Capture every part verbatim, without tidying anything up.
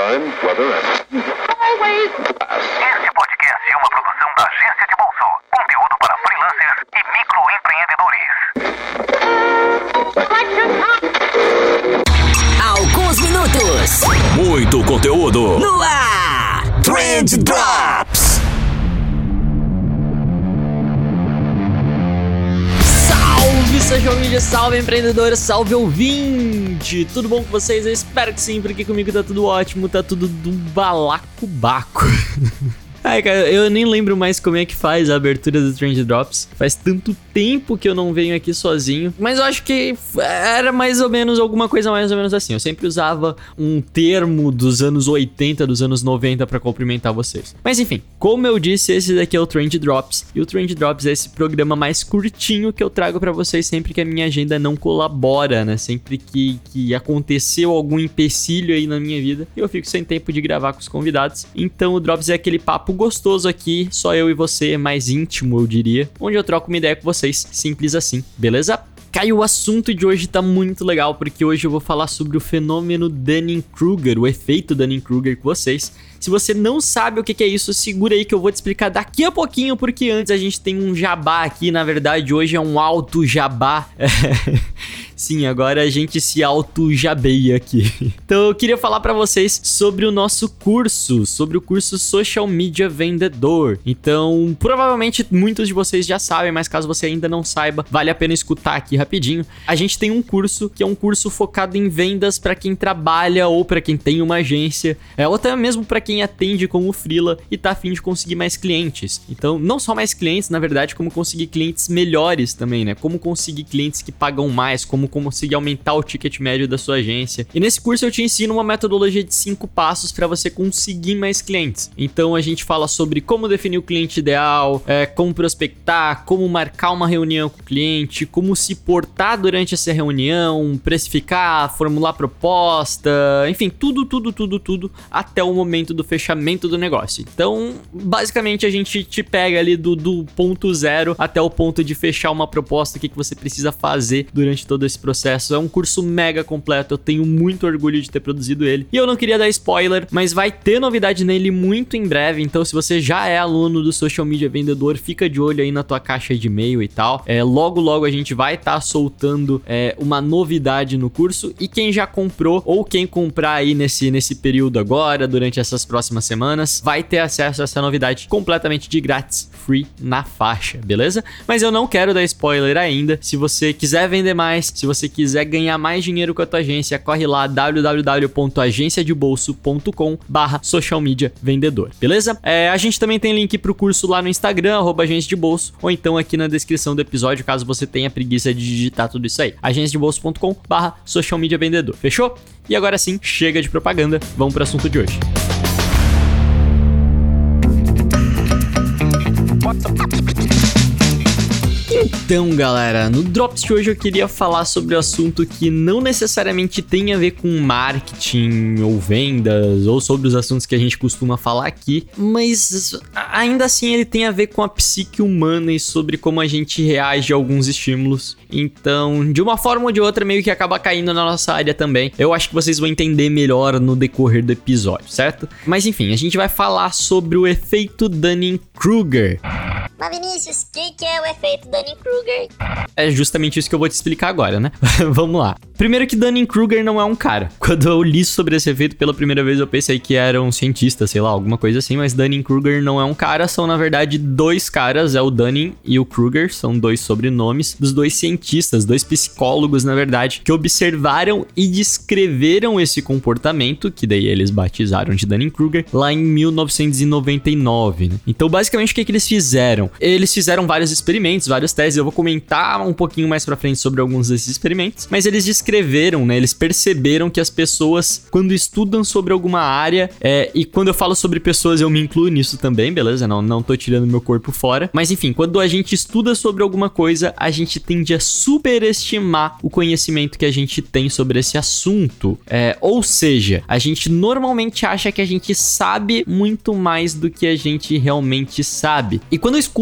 time, weather, and always. Este podcast é uma produção da Agência de Bolso. Conteúdo para freelancers e microempreendedores. Alguns minutos. Muito conteúdo. No ar. Trend Drops. Salve, social media, salve empreendedor, salve ouvinte! Tudo bom com vocês? Eu espero que sim, porque comigo tá tudo ótimo, tá tudo do balacobaco. Ai, cara, eu nem lembro mais como é que faz a abertura do Trend Drops. Faz tanto tempo que eu não venho aqui sozinho. Mas eu acho que era mais ou menos alguma coisa mais ou menos assim. Eu sempre usava um termo dos anos oitenta, dos anos noventa pra cumprimentar vocês. Mas enfim, como eu disse, esse daqui é o Trend Drops. E o Trend Drops é esse programa mais curtinho que eu trago pra vocês sempre que a minha agenda não colabora, né? Sempre que, que aconteceu algum empecilho aí na minha vida, eu fico sem tempo de gravar com os convidados. Então o Drops é aquele papo gostoso aqui, só eu e você, mais íntimo, eu diria, onde eu troco uma ideia com vocês, simples assim, beleza? Caio, o assunto de hoje tá muito legal, porque hoje eu vou falar sobre o fenômeno Dunning-Kruger, o efeito Dunning-Kruger com vocês. Se você não sabe o que é isso, segura aí que eu vou te explicar daqui a pouquinho, porque antes a gente tem um jabá aqui, na verdade hoje é um alto jabá. Sim, agora a gente se auto-jabeia aqui. Então eu queria falar pra vocês sobre o nosso curso, sobre o curso Social Media Vendedor. Então, provavelmente muitos de vocês já sabem, mas caso você ainda não saiba, vale a pena escutar aqui rapidinho. A gente tem um curso que é um curso focado em vendas pra quem trabalha ou pra quem tem uma agência, é, ou até mesmo pra quem atende como freela e tá a fim de conseguir mais clientes. Então, não só mais clientes, na verdade, como conseguir clientes melhores também, né? Como conseguir clientes que pagam mais, como conseguir aumentar o ticket médio da sua agência. E nesse curso eu te ensino uma metodologia de cinco passos para você conseguir mais clientes. Então a gente fala sobre como definir o cliente ideal, é, como prospectar, como marcar uma reunião com o cliente, como se portar durante essa reunião, precificar, formular proposta, enfim, tudo, tudo, tudo, tudo até o momento do fechamento do negócio. Então, basicamente a gente te pega ali do, do ponto zero até o ponto de fechar uma proposta, o que, que você precisa fazer durante todo esse processo. É um curso mega completo, eu tenho muito orgulho de ter produzido ele. E eu não queria dar spoiler, mas vai ter novidade nele muito em breve, então se você já é aluno do Social Media Vendedor, fica de olho aí na tua caixa de e-mail e tal. É, logo, logo a gente vai estar tá soltando é, uma novidade no curso, e quem já comprou, ou quem comprar aí nesse, nesse período agora, durante essas próximas semanas, vai ter acesso a essa novidade completamente de grátis, free na faixa, beleza? Mas eu não quero dar spoiler ainda. Se você quiser vender mais, se você quiser ganhar mais dinheiro com a tua agência, corre lá w w w ponto agência de bolso ponto com barra social media vendedor, beleza? É, a gente também tem link pro curso lá no Instagram, arroba agência de bolso, ou então aqui na descrição do episódio, caso você tenha preguiça de digitar tudo isso aí. agência de bolso ponto com barra social media vendedor, fechou? E agora sim, chega de propaganda, vamos pro assunto de hoje. Então, galera, no Drops de hoje eu queria falar sobre um assunto que não necessariamente tem a ver com marketing ou vendas, ou sobre os assuntos que a gente costuma falar aqui, mas ainda assim ele tem a ver com a psique humana e sobre como a gente reage a alguns estímulos. Então, de uma forma ou de outra, meio que acaba caindo na nossa área também. Eu acho que vocês vão entender melhor no decorrer do episódio, certo? Mas enfim, a gente vai falar sobre o efeito Dunning-Kruger. Mas Vinícius, o que, que é o efeito Dunning-Kruger? É justamente isso que eu vou te explicar agora, né? Vamos lá. Primeiro que Dunning-Kruger não é um cara. Quando eu li sobre esse efeito pela primeira vez, eu pensei que era um cientista, sei lá, alguma coisa assim, mas Dunning-Kruger não é um cara, são na verdade dois caras, é o Dunning e o Kruger, são dois sobrenomes dos dois cientistas, dois psicólogos, na verdade, que observaram e descreveram esse comportamento, que daí eles batizaram de Dunning-Kruger, lá em mil novecentos e noventa e nove, né? Então, basicamente, o que, que eles fizeram? Eles fizeram vários experimentos, vários testes, eu vou comentar um pouquinho mais pra frente sobre alguns desses experimentos, mas eles descreveram, né, eles perceberam que as pessoas, quando estudam sobre alguma área, é, e quando eu falo sobre pessoas, eu me incluo nisso também, beleza? Não, não tô tirando meu corpo fora, mas enfim, quando a gente estuda sobre alguma coisa, a gente tende a superestimar o conhecimento que a gente tem sobre esse assunto, é, ou seja, a gente normalmente acha que a gente sabe muito mais do que a gente realmente sabe, e quando eu escuto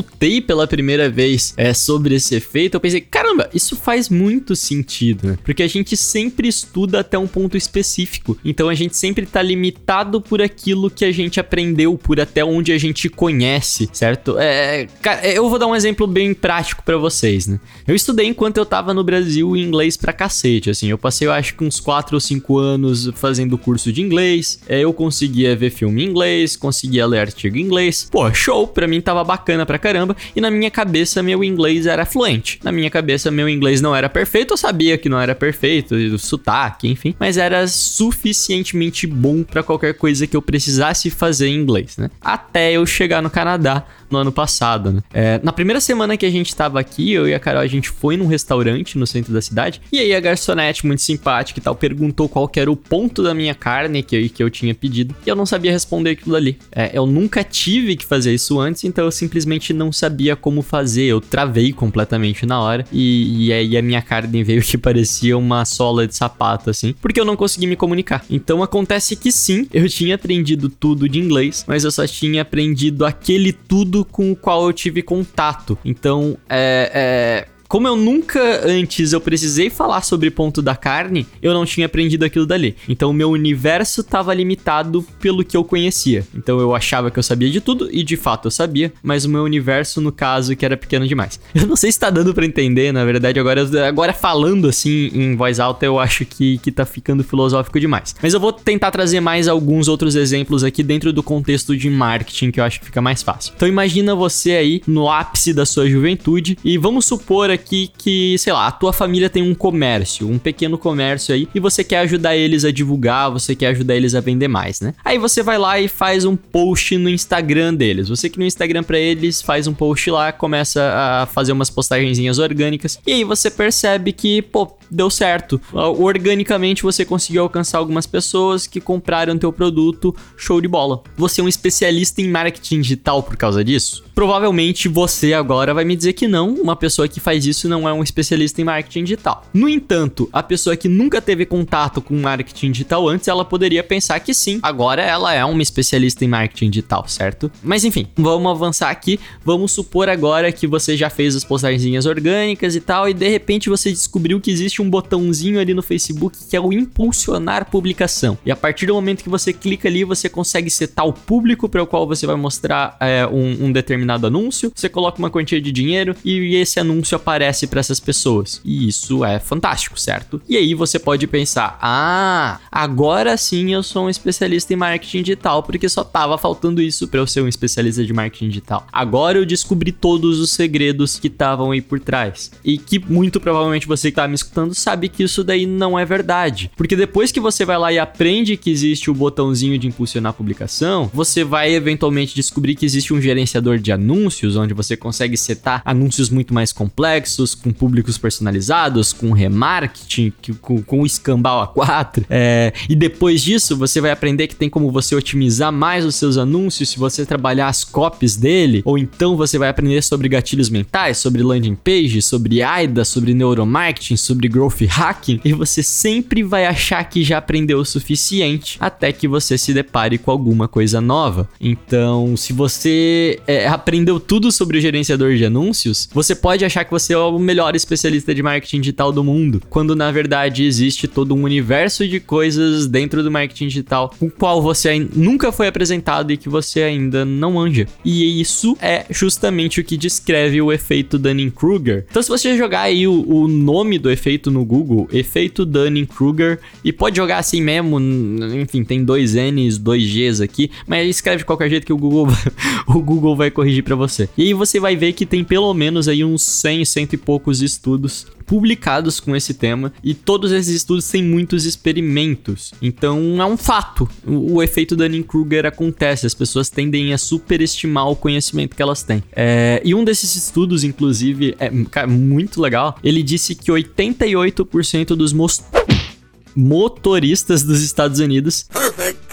escutei pela primeira vez é, sobre esse efeito, eu pensei, caramba, isso faz muito sentido, né? Porque a gente sempre estuda até um ponto específico. Então a gente sempre tá limitado por aquilo que a gente aprendeu, por até onde a gente conhece, certo? É, eu vou dar um exemplo bem prático pra vocês, né? Eu estudei enquanto eu tava no Brasil inglês pra cacete, assim. Eu passei, eu acho que uns quatro ou cinco anos fazendo curso de inglês. Eu conseguia ver filme em inglês, conseguia ler artigo em inglês. Pô, show, pra mim tava bacana pra caramba. E na minha cabeça, meu inglês era fluente. Na minha cabeça, meu inglês não era perfeito. Eu sabia que não era perfeito, o sotaque, enfim. Mas era suficientemente bom pra qualquer coisa que eu precisasse fazer em inglês, né? Até eu chegar no Canadá no ano passado, né? É, na primeira semana que a gente tava aqui, eu e a Carol, a gente foi num restaurante no centro da cidade. E aí a garçonete, muito simpática e tal, perguntou qual que era o ponto da minha carne que eu, que eu tinha pedido. E eu não sabia responder aquilo ali. É, eu nunca tive que fazer isso antes, então eu simplesmente não sabia como fazer. Eu travei completamente na hora. E, e aí a minha carne veio que parecia uma sola de sapato, assim. Porque eu não consegui me comunicar. Então acontece que sim, eu tinha aprendido tudo de inglês, mas eu só tinha aprendido aquele tudo com o qual eu tive contato. Então, é... é... como eu nunca antes eu precisei falar sobre ponto da carne, eu não tinha aprendido aquilo dali. Então o meu universo estava limitado pelo que eu conhecia. Então eu achava que eu sabia de tudo, e de fato eu sabia, mas o meu universo, no caso, que era pequeno demais. Eu não sei se tá dando pra entender, na verdade, agora, agora falando assim em voz alta, eu acho que, que tá ficando filosófico demais. Mas eu vou tentar trazer mais alguns outros exemplos aqui dentro do contexto de marketing, que eu acho que fica mais fácil. Então imagina você aí no ápice da sua juventude, e vamos supor aqui aqui que, sei lá, a tua família tem um comércio, um pequeno comércio aí, e você quer ajudar eles a divulgar, você quer ajudar eles a vender mais, né? Aí você vai lá e faz um post no Instagram deles. Você cria um Instagram pra eles, faz um post lá, começa a fazer umas postagenzinhas orgânicas, e aí você percebe que, pô, deu certo. Organicamente você conseguiu alcançar algumas pessoas que compraram teu produto, show de bola. Você é um especialista em marketing digital por causa disso? Provavelmente você agora vai me dizer que não, uma pessoa que faz isso não é um especialista em marketing digital. No entanto, a pessoa que nunca teve contato com marketing digital antes, ela poderia pensar que sim, agora ela é uma especialista em marketing digital, certo? Mas enfim, vamos avançar aqui, vamos supor agora que você já fez as postagens orgânicas e tal, e de repente você descobriu que existe um botãozinho ali no Facebook que é o impulsionar publicação. E a partir do momento que você clica ali, você consegue setar o público para o qual você vai mostrar é, um, um determinado anúncio, você coloca uma quantia de dinheiro e esse anúncio aparece para essas pessoas. E isso é fantástico, certo? E aí você pode pensar, ah, agora sim eu sou um especialista em marketing digital, porque só tava faltando isso para eu ser um especialista de marketing digital. Agora eu descobri todos os segredos que estavam aí por trás. E que muito provavelmente você que tá me escutando sabe que isso daí não é verdade. Porque depois que você vai lá e aprende que existe o botãozinho de impulsionar a publicação, você vai eventualmente descobrir que existe um gerenciador de anúncios, onde você consegue setar anúncios muito mais complexos, com públicos personalizados, com remarketing, com, com o escambau A quatro. É, e depois disso, você vai aprender que tem como você otimizar mais os seus anúncios se você trabalhar as copies dele, ou então você vai aprender sobre gatilhos mentais, sobre landing page, sobre A I D A, sobre neuromarketing, sobre growth hacking, e você sempre vai achar que já aprendeu o suficiente até que você se depare com alguma coisa nova. Então, se você é, aprendeu tudo sobre o gerenciador de anúncios, você pode achar que você é o melhor especialista de marketing digital do mundo, quando na verdade existe todo um universo de coisas dentro do marketing digital, o qual você nunca foi apresentado e que você ainda não manja. E isso é justamente o que descreve o efeito Dunning-Kruger. Então, se você jogar aí o, o nome do efeito no Google, efeito Dunning-Kruger, e pode jogar assim mesmo, enfim, tem dois N's, dois G's aqui, mas escreve de qualquer jeito que o Google, o Google vai corrigir pra você. E aí você vai ver que tem pelo menos aí uns cem, cento e poucos estudos publicados com esse tema, e todos esses estudos têm muitos experimentos. Então é um fato, o, o efeito Dunning-Kruger acontece, as pessoas tendem a superestimar o conhecimento que elas têm. É, e um desses estudos, inclusive, é cara, muito legal, ele disse que oitenta e oito por cento dos most... motoristas dos Estados Unidos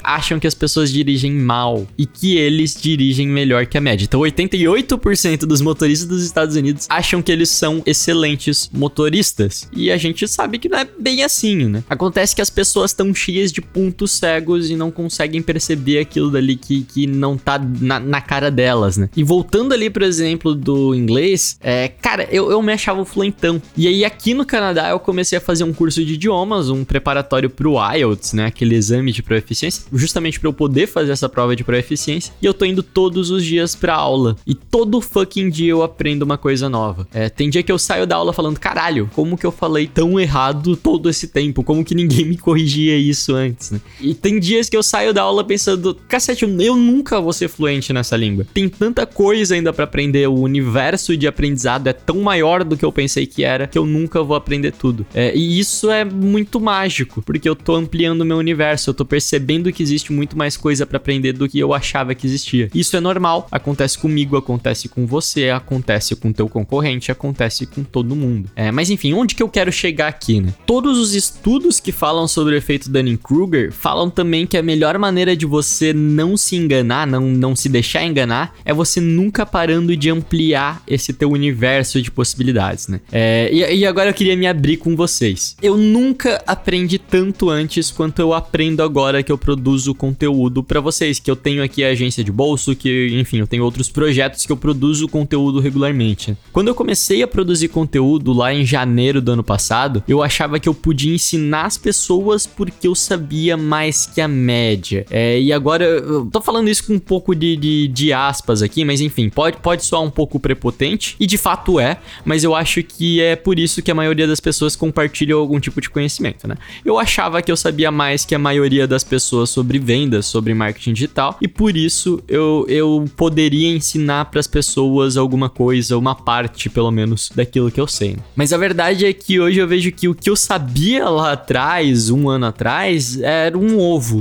acham que as pessoas dirigem mal e que eles dirigem melhor que a média. Então, oitenta e oito por cento dos motoristas dos Estados Unidos acham que eles são excelentes motoristas. E a gente sabe que não é bem assim, né? Acontece que as pessoas estão cheias de pontos cegos e não conseguem perceber aquilo dali que, que não tá na, na cara delas, né? E voltando ali pro exemplo do inglês, é, cara, eu, eu me achava fluentão. E aí aqui no Canadá eu comecei a fazer um curso de idiomas, um preparatório pro I E L T S, né? Aquele exame de proeficiência, justamente pra eu poder fazer essa prova de proeficiência. E eu tô indo todos os dias pra aula. E todo fucking dia eu aprendo uma coisa nova. É, tem dia que eu saio da aula falando, caralho, como que eu falei tão errado todo esse tempo? Como que ninguém me corrigia isso antes, né? E tem dias que eu saio da aula pensando, cacete, eu nunca vou ser fluente nessa língua. Tem tanta coisa ainda pra aprender, o universo de aprendizado é tão maior do que eu pensei que era, que eu nunca vou aprender tudo. É, e isso é muito mágico, porque eu tô ampliando o meu universo, eu tô percebendo que existe muito mais coisa pra aprender do que eu achava que existia. Isso é normal, acontece comigo, acontece com você, acontece com teu concorrente, acontece com todo mundo. É, mas enfim, onde que eu quero chegar aqui, né? Todos os estudos que falam sobre o efeito Dunning-Kruger falam também que a melhor maneira de você não se enganar, não, não se deixar enganar, é você nunca parando de ampliar esse teu universo de possibilidades, né? É, e, e agora eu queria me abrir com vocês. Eu nunca aprendi tanto antes quanto eu aprendo agora que eu produzo conteúdo pra vocês, que eu tenho aqui a agência de bolso, que, enfim, eu tenho outros projetos que eu produzo conteúdo regularmente. Quando eu comecei a produzir conteúdo lá em janeiro do ano passado, eu achava que eu podia ensinar as pessoas porque eu sabia mais que a média. É, e agora, eu tô falando isso com um pouco de, de, de aspas aqui, mas enfim, pode, pode soar um pouco prepotente, e de fato é, mas eu acho que é por isso que a maioria das pessoas compartilham algum tipo de conhecimento, né? Eu achava que eu sabia mais que a maioria das pessoas sobre vendas, sobre marketing digital, e por isso eu, eu poderia ensinar para as pessoas alguma coisa, uma parte, pelo menos, daquilo que eu sei, né? Mas a verdade é que hoje eu vejo que o que eu sabia lá atrás, um ano atrás, era um ovo.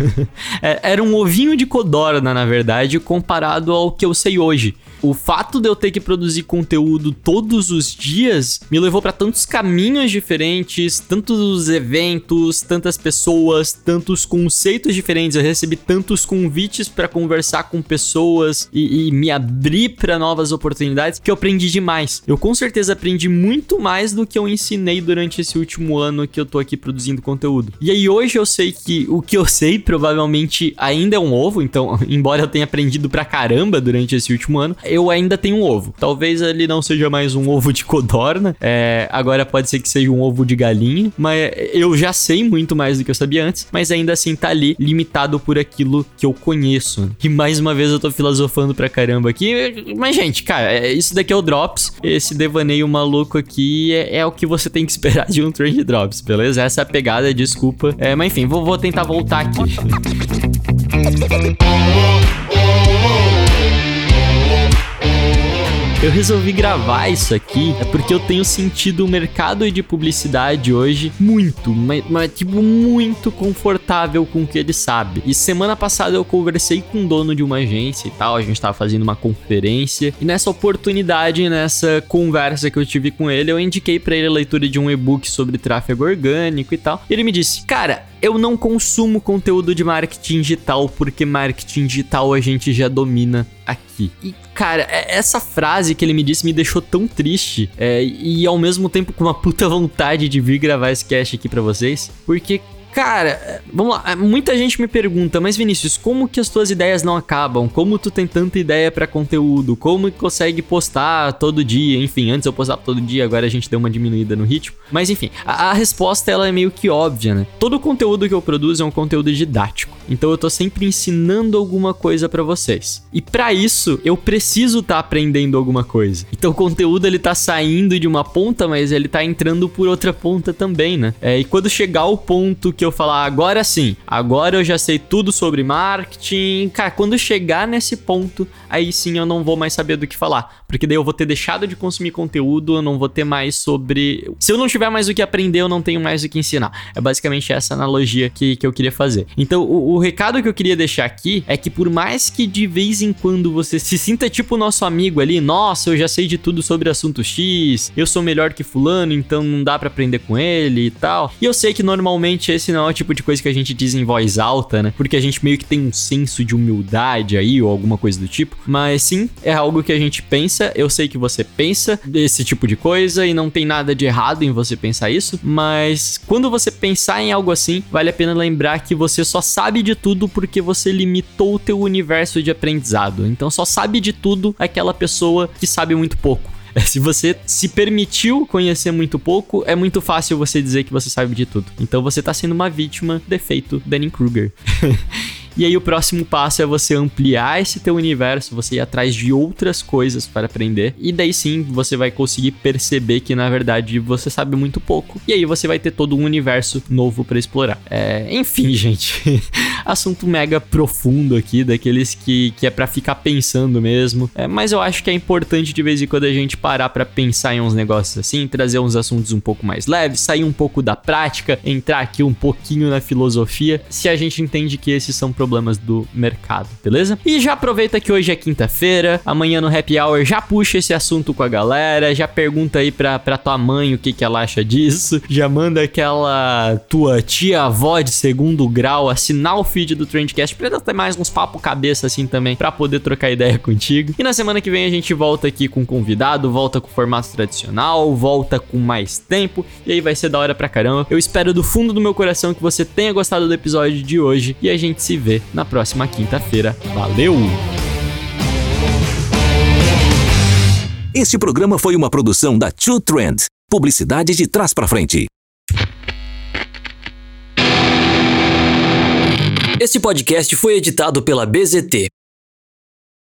Era um ovinho de codorna, na verdade, comparado ao que eu sei hoje. O fato de eu ter que produzir conteúdo todos os dias me levou para tantos caminhos diferentes, tantos eventos, tantas pessoas, tantos conceitos diferentes. Eu recebi tantos convites para conversar com pessoas e, e me abrir para novas oportunidades que eu aprendi demais. Eu com certeza aprendi muito mais do que eu ensinei durante esse último ano que eu tô aqui produzindo conteúdo. E aí hoje eu sei que o que eu sei provavelmente ainda é um ovo, então embora eu tenha aprendido pra caramba durante esse último ano, eu ainda tenho um ovo. Talvez ele não seja mais um ovo de codorna, é, agora pode ser que seja um ovo de galinha, mas eu já sei muito mais do que eu sabia antes, mas ainda assim tá ali, limitado por aquilo que eu conheço. E mais uma vez eu tô filosofando pra caramba aqui, mas gente, cara, isso daqui é o Drops, esse devaneio maluco aqui é, é o que você tem que esperar de um Trend Drops, beleza? Essa é a pegada, desculpa, é, mas enfim, vou, vou tentar voltar aqui. Eu resolvi gravar isso aqui é porque eu tenho sentido o mercado de publicidade hoje muito, mas, mas tipo muito confortável com o que ele sabe. E semana passada eu conversei com o dono de uma agência e tal, a gente tava fazendo uma conferência e nessa oportunidade, nessa conversa que eu tive com ele, eu indiquei pra ele a leitura de um e-book sobre tráfego orgânico e tal. E ele me disse, cara, eu não consumo conteúdo de marketing digital porque marketing digital a gente já domina aqui. E, cara, essa frase que ele me disse me deixou tão triste é, e ao mesmo tempo com uma puta vontade de vir gravar esse cast aqui pra vocês, porque... Cara, vamos lá, muita gente me pergunta, mas Vinícius, como que as tuas ideias não acabam? Como tu tem tanta ideia pra conteúdo? Como que consegue postar todo dia? Enfim, antes eu postava todo dia, agora a gente deu uma diminuída no ritmo. Mas enfim, a, a resposta ela é meio que óbvia, né? Todo o conteúdo que eu produzo é um conteúdo didático. Então eu tô sempre ensinando alguma coisa pra vocês. E pra isso, eu preciso tá aprendendo alguma coisa. Então o conteúdo ele tá saindo de uma ponta, mas ele tá entrando por outra ponta também, né? É, e quando chegar o ponto que eu falar, agora sim, agora eu já sei tudo sobre marketing, cara, quando chegar nesse ponto, aí sim eu não vou mais saber do que falar, porque daí eu vou ter deixado de consumir conteúdo, eu não vou ter mais sobre... Se eu não tiver mais o que aprender, eu não tenho mais o que ensinar. É basicamente essa analogia que, que eu queria fazer. Então, o, o recado que eu queria deixar aqui é que por mais que de vez em quando você se sinta tipo o nosso amigo ali, nossa, eu já sei de tudo sobre assunto X, eu sou melhor que fulano, então não dá pra aprender com ele e tal. E eu sei que normalmente esse esse não é o tipo de coisa que a gente diz em voz alta, né? Porque a gente meio que tem um senso de humildade aí, ou alguma coisa do tipo. Mas sim, é algo que a gente pensa. Eu sei que você pensa desse tipo de coisa e não tem nada de errado em você pensar isso. Mas quando você pensar em algo assim, vale a pena lembrar que você só sabe de tudo porque você limitou o teu universo de aprendizado. Então só sabe de tudo aquela pessoa que sabe muito pouco. Se você se permitiu conhecer muito pouco, é muito fácil você dizer que você sabe de tudo. Então você tá sendo uma vítima do efeito Dunning-Kruger. E aí o próximo passo é você ampliar esse teu universo, você ir atrás de outras coisas para aprender. E daí sim, você vai conseguir perceber que na verdade você sabe muito pouco. E aí você vai ter todo um universo novo para explorar. É, enfim, gente. Assunto mega profundo aqui, daqueles que, que é pra ficar pensando mesmo. É, mas eu acho que é importante de vez em quando a gente parar pra pensar em uns negócios assim, trazer uns assuntos um pouco mais leves, sair um pouco da prática, entrar aqui um pouquinho na filosofia, se a gente entende que esses são problemas do mercado, beleza? E já aproveita que hoje é quinta-feira, amanhã no Happy Hour já puxa esse assunto com a galera, já pergunta aí pra, pra tua mãe o que, que ela acha disso, já manda aquela tua tia-avó de segundo grau assinar o feed do Trendcast pra ter mais uns papo cabeça assim também, pra poder trocar ideia contigo. E na semana que vem a gente volta aqui com um convidado, volta com o formato tradicional, volta com mais tempo, e aí vai ser da hora pra caramba. Eu espero do fundo do meu coração que você tenha gostado do episódio de hoje e a gente se vê na próxima quinta-feira. Valeu! Este programa foi uma produção da Two Trend, publicidade de trás pra frente. Este podcast foi editado pela B Z T,